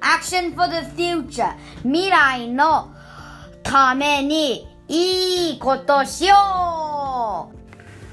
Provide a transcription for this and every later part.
Action for the future 未来のためにいいことしよう。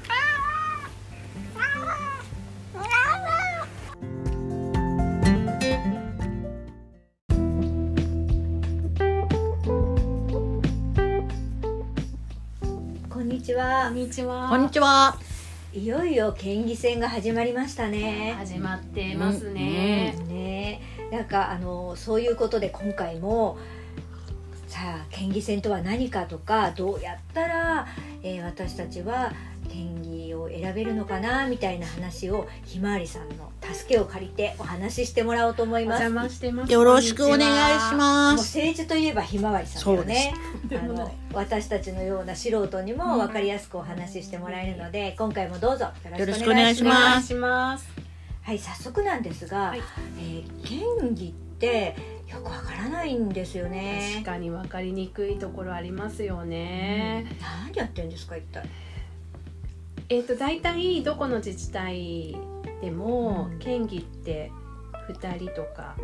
こんにちは。 こんにちは。 こんにちは。 いよいよ県議選が始まりましたね。 始まってますね。 ね、なんかそういうことで今回もさあ県議選とは何かとか、どうやったら、私たちは県議を選べるのかなみたいな話をひまわりさんの助けを借りてお話ししてもらおうと思います。 お邪魔してます。 よろしくお願いしもうます。 政治といえばひまわりさんだよね。私たちのような素人にも分かりやすくお話ししてもらえるので、今回もどうぞよろしくお願いしおます。 願いします。 はい、早速なんですが、 はい、 県議ってよくわからないんですよね。 確かに分かりにくいところありますよね。 何やってるんですか一体。 大体どこの自治体でも、県議って2人とか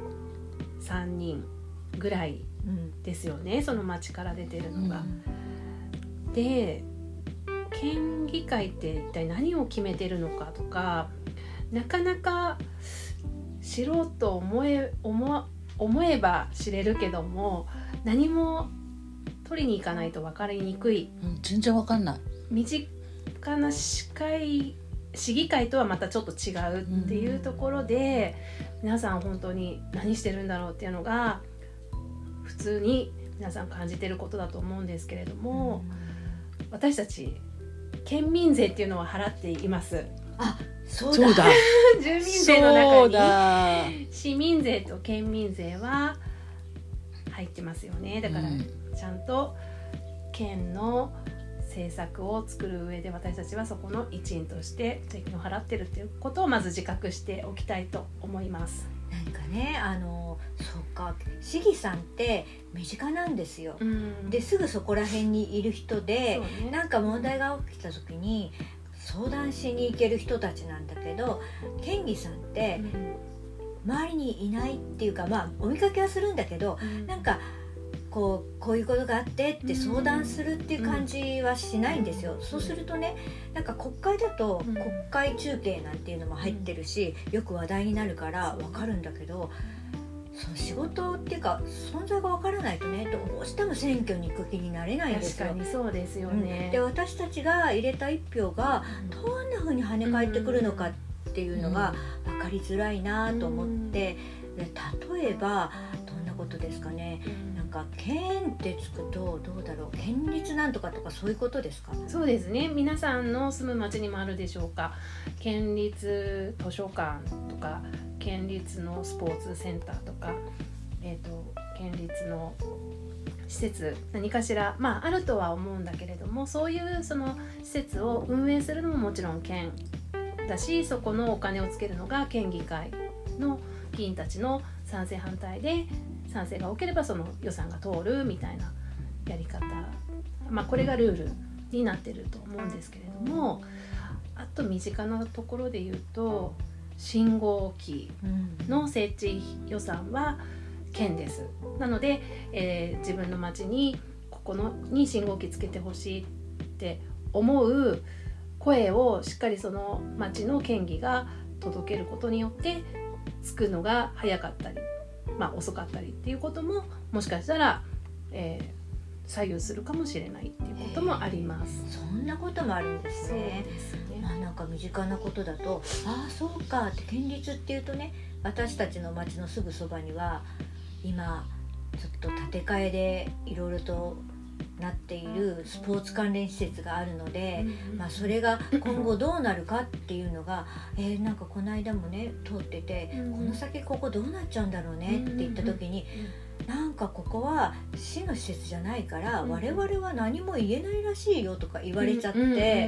3人ぐらいですよね、その町から出てるのが。で、県議会って一体何を決めてるのかとか、なかなか知ろうと思えば知れるけども、何も取りに行かないと分かりにくい、 全然わかんない。 身近な市議会とはまたちょっと違うっていうところで、皆さん本当に何してるんだろうっていうのが普通に皆さん感じてることだと思うんですけれども、私たち県民税っていうのは払っています。 あ、そうだ。 住民税の中に市民税と県民税は入ってますよね。だからちゃんと県の政策を作る上で、私たちはそこの一員として税金を払ってるっていうことをまず自覚しておきたいと思います。 なんかね、そうか、市議さんって身近なんですよ。ですぐそこら辺にいる人で、なんか問題が起きた時に相談しに行ける人たちなんだけど、県議さんって周りにいないっていうか、まあお見かけはするんだけど、なんかこういうことがあってって相談するっていう感じはしないんですよ。そうするとね、なんか国会だと国会中継なんていうのも入ってるし、よく話題になるから分かるんだけど、その仕事っていうか存在が分からないとね、どうしても選挙に行く気になれないんですよ。 確かにそうですよね。 で、私たちが入れた一票がどんな風に跳ね返ってくるのかっていうのが分かりづらいなと思って、例えばどんなことですかね。なんか県ってつくとどうだろう、県立なんとかとかそういうことですか。 そうですね。皆さんの住む町にもあるでしょうか。県立図書館とか、県立のスポーツセンターとか、県立の施設、何かしら、あるとは思うんだけれども、そういうその施設を運営するのももちろん県だし、そこのお金をつけるのが県議会の議員たちの賛成反対で、賛成が多ければその予算が通るみたいなやり方、これがルールになってると思うんですけれども、あと身近なところで言うと、信号機の設置予算は県です。なので、自分の町にここに信号機つけてほしいって思う声をしっかりその町の県議が届けることによって、つくのが早かったり、遅かったりっていうことももしかしたら、左右するかもしれないっていうこともあります。 そんなこともあるんですね。 そうですね。 なんか身近なことだと、ああそうかって、県立っていうとね、私たちの町のすぐそばには今ちょっと建て替えでいろいろとなっているスポーツ関連施設があるので、それが今後どうなるかっていうのが、なんかこの間もね通ってて、この先ここどうなっちゃうんだろうねって言った時に、なんかここは市の施設じゃないから我々は何も言えないらしいよとか言われちゃって、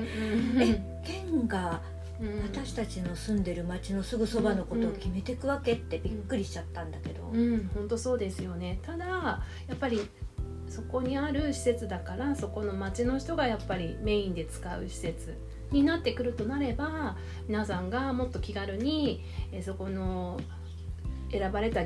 県が私たちの住んでる町のすぐそばのことを決めていくわけってびっくりしちゃったんだけど、 本当そうですよね。ただやっぱりそこにある施設だから、そこの町の人がやっぱりメインで使う施設になってくるとなれば、皆さんがもっと気軽にそこの選ばれた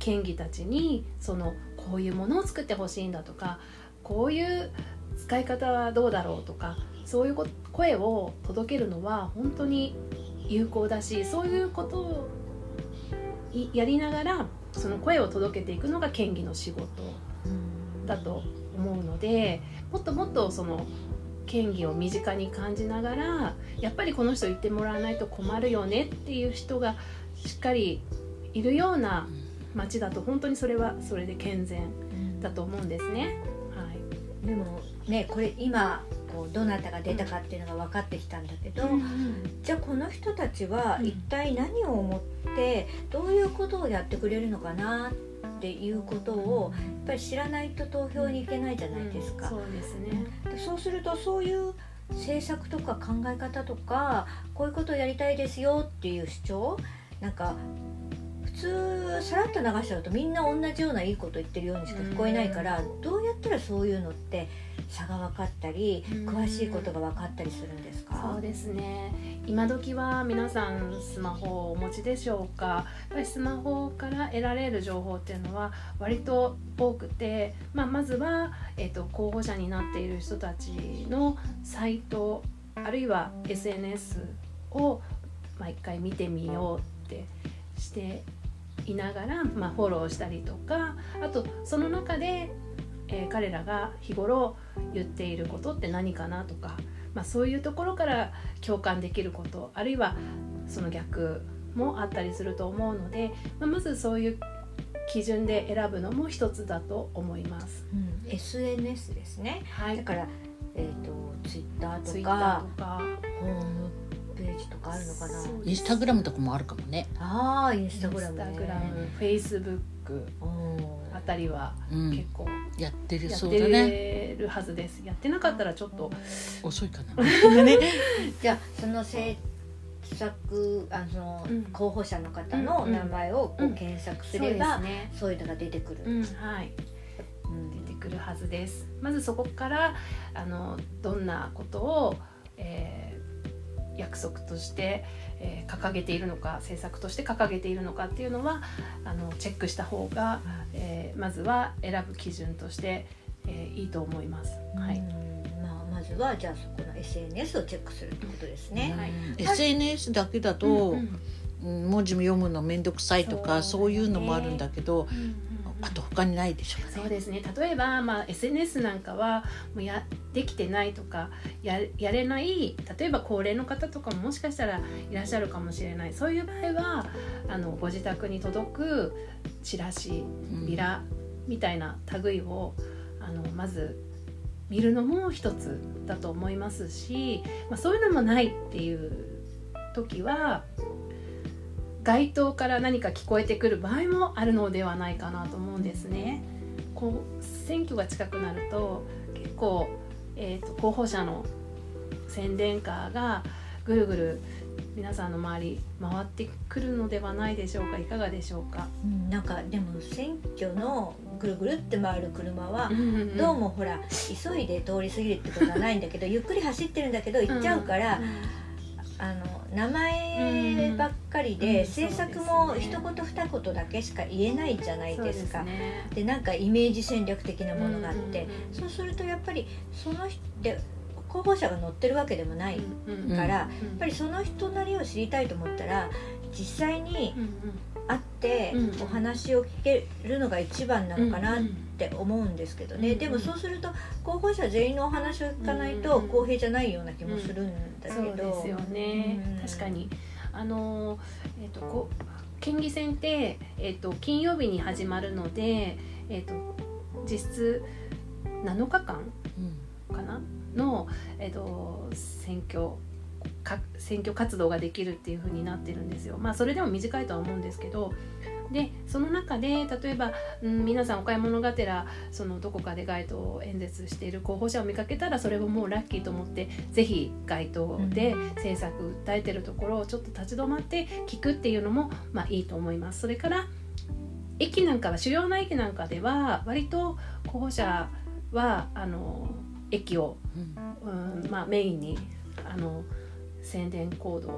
県議たちにこういうものを作ってほしいんだとか、こういう使い方はどうだろうとか、そういう声を届けるのは本当に有効だし、そういうことをやりながらその声を届けていくのが県議の仕事だと思うので、もっともっとその県議を身近に感じながら、やっぱりこの人言ってもらわないと困るよねっていう人がしっかりいるような町だと、本当にそれはそれで健全だと思うんですね。はい、 でもね、これ今どなたが出たかっていうのが分かってきたんだけど、じゃあこの人たちは一体何を思ってどういうことをやってくれるのかなっていうことをやっぱり知らないと投票に行けないじゃないですか。 そうですね。 そうするとそういう政策とか考え方とか、こういうことをやりたいですよっていう主張、なんか普通さらっと流しちゃうとみんな同じようないいこと言ってるようにしか聞こえないから、どうやったらそういうのって差が分かったり詳しいことが分かったりするんですか？ そうですね。今時は皆さんスマホをお持ちでしょうか。やっぱりスマホから得られる情報っていうのは割と多くて、まずは、候補者になっている人たちのサイトあるいは SNS を一回見てみようってしていながら、フォローしたりとか、あとその中で彼らが日頃言っていることって何かなとか、そういうところから共感できること、あるいはその逆もあったりすると思うので、まずそういう基準で選ぶのも一つだと思います。 SNS ですね。 はい、 だからツイッターとかホームページとかあるのかな。 インスタグラムとかもあるかもね。 インスタグラム、 フェイスブックあたりは結構やってるやっそうだね。 てるはずです。やってなかったらちょっと遅いかな。 じゃあその政策候補者の方の名前を検索すれば、そういうのが出てくる。 はい、出てくるはずです。まずそこからどんなことを、約束として、掲げているのか、政策として掲げているのかっていうのはチェックした方が、まずは選ぶ基準として、いいと思います。はい、 まずはじゃあそこの SNS をチェックするってことですね。 はい、 SNS だけだと、文字読むのめんどくさいとかそういうのもあるんだけど、あと他にないでしょうね。 そうですね。例えば、SNS なんかはもうできてないとか やれない、例えば高齢の方とかももしかしたらいらっしゃるかもしれない。そういう場合はご自宅に届くチラシ、ビラみたいな類をまず見るのも一つだと思いますし、そういうのもないっていう時は街頭から何か聞こえてくる場合もあるのではないかなと思うんですね。選挙が近くなると結構、候補者の宣伝カーがぐるぐる皆さんの周り回ってくるのではないでしょうか。いかがでしょうか。 なんかでも選挙のぐるぐるって回る車はどうもほら急いで通り過ぎるってことはないんだけど、ゆっくり走ってるんだけど行っちゃうから、名前ばっかりで、政策も一言二言だけしか言えないじゃないですか。でなんかイメージ戦略的なものがあって、そうするとやっぱりその人で候補者が乗ってるわけでもないから、やっぱりその人なりを知りたいと思ったら実際に会ってお話を聞けるのが一番なのかなって思うんですけどね。でもそうすると候補者全員のお話を聞かないと公平じゃないような気もするんだけど。 そうですよね。確かに県議選って、金曜日に始まるので、実質7日間かなの、選挙活動ができるっていう風になってるんですよ。それでも短いとは思うんですけど、でその中で例えば、皆さんお買い物がてらどこかで街頭演説している候補者を見かけたら、それをもうラッキーと思ってぜひ街頭で政策訴えてるところをちょっと立ち止まって聞くっていうのもいいと思います。それから駅なんかは、主要な駅なんかでは割と候補者は駅を、メインに宣伝行動を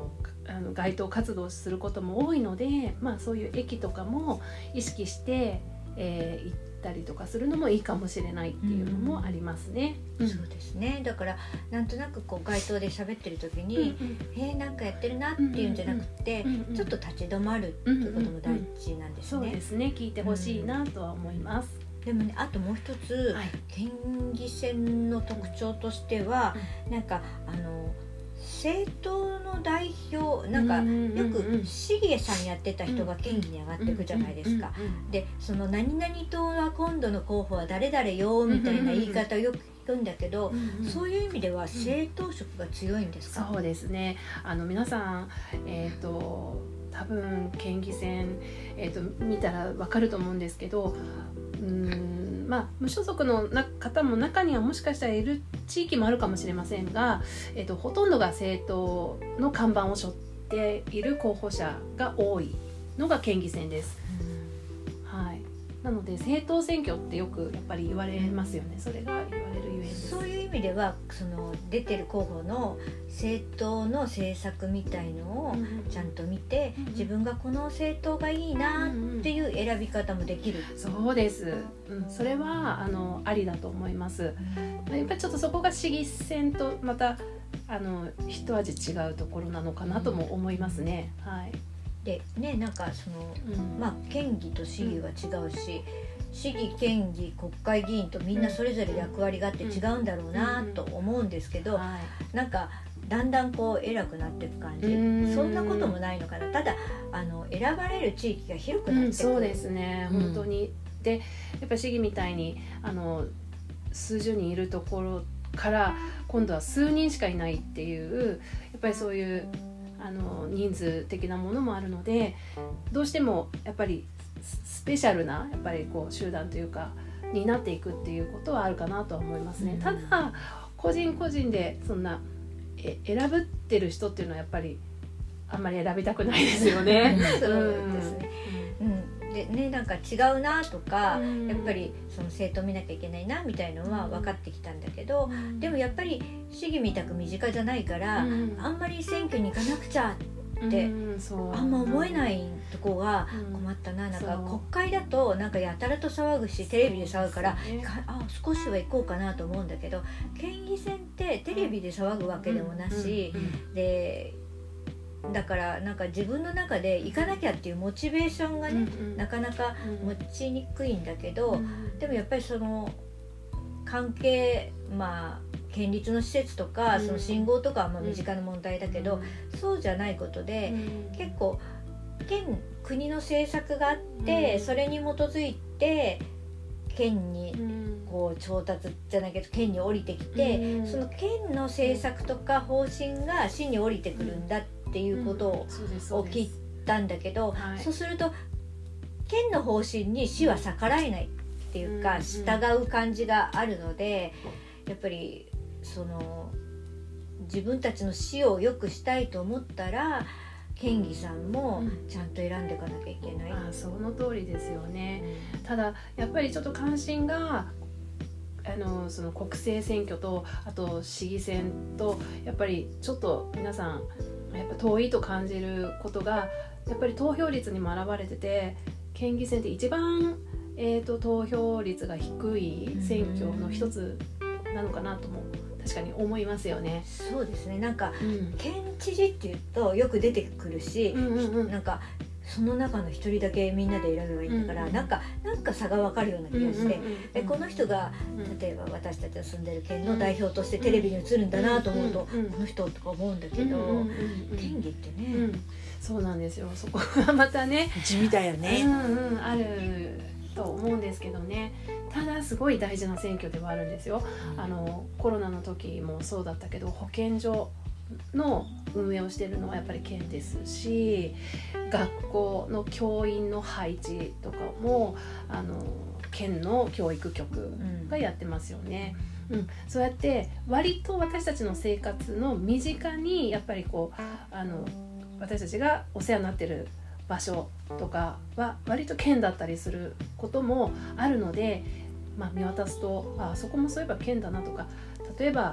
街頭活動することも多いので、そういう駅とかも意識して、行ったりとかするのもいいかもしれないっていうのもありますね。 そうですね。だからなんとなくこう街頭で喋ってる時に、なんかやってるなっていうんじゃなくて、ちょっと立ち止まるっていうことも大事なんですね。 そうですね。聞いてほしいなとは思います。 でもね、あともう一つ、県議選の特徴としては、なんか政党の代表なんかよく市議さんやってた人が県議に上がっていくじゃないですか。でその何々党は今度の候補は誰々よみたいな言い方をよく聞くんだけど、そういう意味では政党色が強いんですか？ そうですね。皆さん多分県議選、見たら分かると思うんですけど、無所属の方も中にはもしかしたらいる地域もあるかもしれませんが、ほとんどが政党の看板を背負っている候補者が多いのが県議選です。なので政党選挙ってよくやっぱり言われますよね。それが言われるゆえんです。 そういう意味ではその出てる候補の政党の政策みたいのをちゃんと見て、自分がこの政党がいいなっていう選び方もできる。 そうです、それはありだと思います。やっぱりちょっとそこが市議選とまた一味違うところなのかなとも思いますね。 でね、なんかその、県議と市議は違うし、市議、県議、国会議員とみんなそれぞれ役割があって違うんだろうなと思うんですけど、なんかだんだんこう偉くなっていく感じ、そんなこともないのかな。ただ選ばれる地域が広くなっていく、 そうですね、本当に。でやっぱり市議みたいに数十人いるところから今度は数人しかいないっていう、やっぱりそういう人数的なものもあるので、どうしてもやっぱりスペシャルなやっぱりこう集団というかになっていくっていうことはあるかなとは思いますね。ただ個人個人でそんな選ぶってる人っていうのはやっぱりあんまり選びたくないですよね。 そうですね。でね、なんか違うなとか、やっぱりその政党見なきゃいけないなみたいのは分かってきたんだけど、でもやっぱり市議みたく身近じゃないから、あんまり選挙に行かなくちゃってあんま思えないとこが困ったな。なんか国会だとなんかやたらと騒ぐし、テレビで騒ぐから少しは行こうかなと思うんだけど、県議選ってテレビで騒ぐわけでもなし、でだからなんか自分の中で行かなきゃっていうモチベーションがね、なかなか持ちにくいんだけど、でもやっぱりその関係県立の施設とかその信号とかは身近な問題だけど、そうじゃないことで、結構国の政策があって、それに基づいて県にこう調達じゃないけど県に降りてきて、その県の政策とか方針が市に降りてくるんだっていうことを聞いたんだけど、そうすると県の方針に市は逆らえないっていうか、従う感じがあるので、やっぱりその自分たちの市を良くしたいと思ったら県議さんもちゃんと選んでいかなきゃいけない。 その通りですよね。ただやっぱりちょっと関心がその国政選挙とあと市議選とやっぱりちょっと皆さんやっぱ遠いと感じることがやっぱり投票率にも表れてて、県議選って一番、投票率が低い選挙の一つなのかなとも確かに思いますよね。 そうですね。なんか、県知事っていうとよく出てくるし、なんかその中の一人だけみんなで選べばいいんだから、なんか差が分かるような気がして、この人が例えば私たちが住んでる県の代表としてテレビに映るんだなと思うと、この人とか思うんだけど、県議ってね、 そうなんですよ。そこがまたね地味だよね。 あると思うんですけどね。ただすごい大事な選挙ではあるんですよ。コロナの時もそうだったけど、保健所の運営をしているのはやっぱり県ですし、学校の教員の配置とかも県の教育局がやってますよね。そうやって割と私たちの生活の身近にやっぱりこう私たちがお世話になってる場所とかは割と県だったりすることもあるので、見渡すとそこもそういえば県だなとか、例えば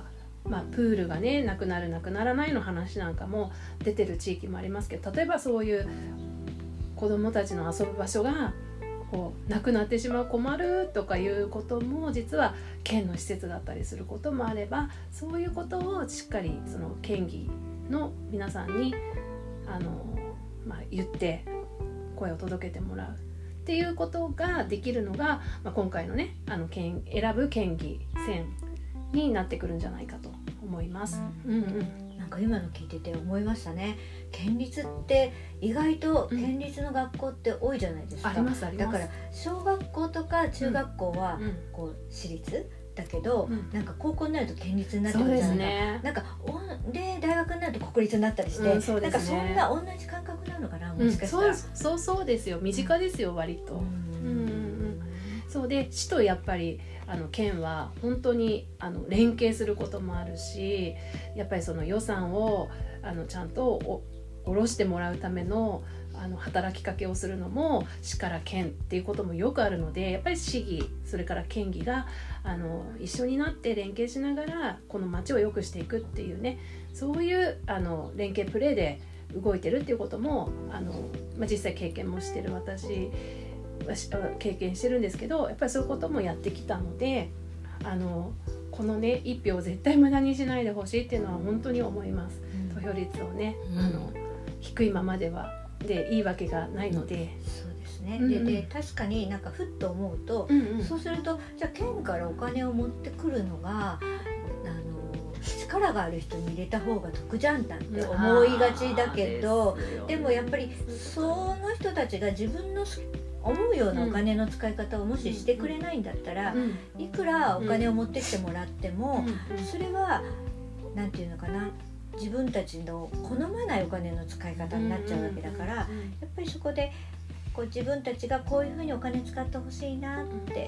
プールがねなくなるなくならないの話なんかも出てる地域もありますけど、例えばそういう子どもたちの遊ぶ場所がこうなくなってしまう、困るとかいうことも実は県の施設だったりすることもあれば、そういうことをしっかりその県議の皆さんに言って声を届けてもらうっていうことができるのが、今回のね選ぶ県議選になってくるんじゃないかと思います。 なんか今の聞いてて思いましたね。県立って意外と県立の学校って多いじゃないですか。 ありますあります。 だから小学校とか中学校はこう私立だけど、なんか高校になると県立になってくるじゃないですか。なんかで大学になると国立になったりして、なんかそんな同じ感覚なのかな、もしかしたら。 そうですよ、身近ですよ、割と。そうで、市とやっぱり県は本当に連携することもあるし、やっぱりその予算をちゃんと下ろしてもらうための働きかけをするのも市から県っていうこともよくあるので、やっぱり市議それから県議が一緒になって連携しながらこの町を良くしていくっていうね、そういう連携プレーで動いてるっていうことも実際経験もしてる私は経験してるんですけど、やっぱりそういうこともやってきたので、このね一票を絶対無駄にしないでほしいっていうのは本当に思います。投票率をね、低いままでいいわけがないので。 そうですね。で確かになんかふっと思うと、そうするとじゃあ県からお金を持ってくるのが力がある人に入れた方が得じゃんなんて思いがちだけど、でもやっぱりその人たちが自分の思うようなお金の使い方をもししてくれないんだったら、いくらお金を持ってきてもらっても、それはなんていうのかな、自分たちの好まないお金の使い方になっちゃうわけだから、やっぱりそこでこう自分たちがこういうふうにお金使ってほしいなって、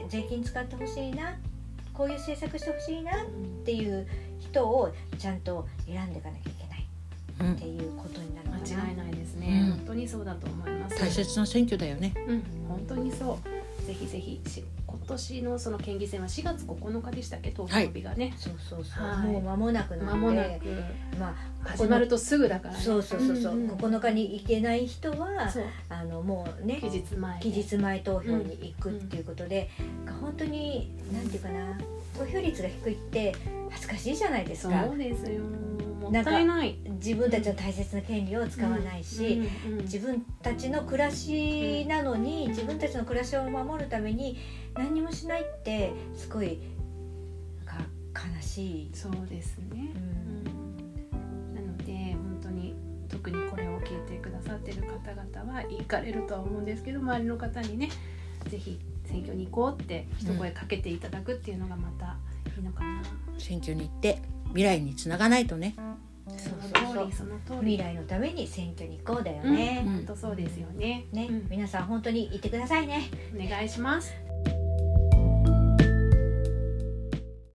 税金使ってほしいな、こういう政策してほしいなっていう人をちゃんと選んでいかなきゃいけないっていうことになるかな。 間違いないですね、本当にそうだと思います。 大切な選挙だよね。 本当にそう。ぜひぜひ今年のその県議選は4月9日でしたっけ、投票日がね。 そう、もう間もなくなので、 始まるとすぐだからね。 そう、9日に行けない人はもうね、期日前投票に行くっていうことで、本当になんていうかな、投票率が低いって恥ずかしいじゃないですか。 そうですよ、もったいない。 自分たちの大切な権利を使わないし、自分たちの暮らしなのに、自分たちの暮らしを守るために何にもしないってすごい悲しい。 そうですね、なので本当に特にこれを聞いてくださっている方々は行かれるとは思うんですけど、周りの方にねぜひ選挙に行こうって一声かけていただくっていうのがまたいいのかな。 選挙に行って未来につながないとね。 その通り。 未来のために選挙に行こうだよね。 本当そうですよね。 皆さん本当に行ってくださいね。 お願いします。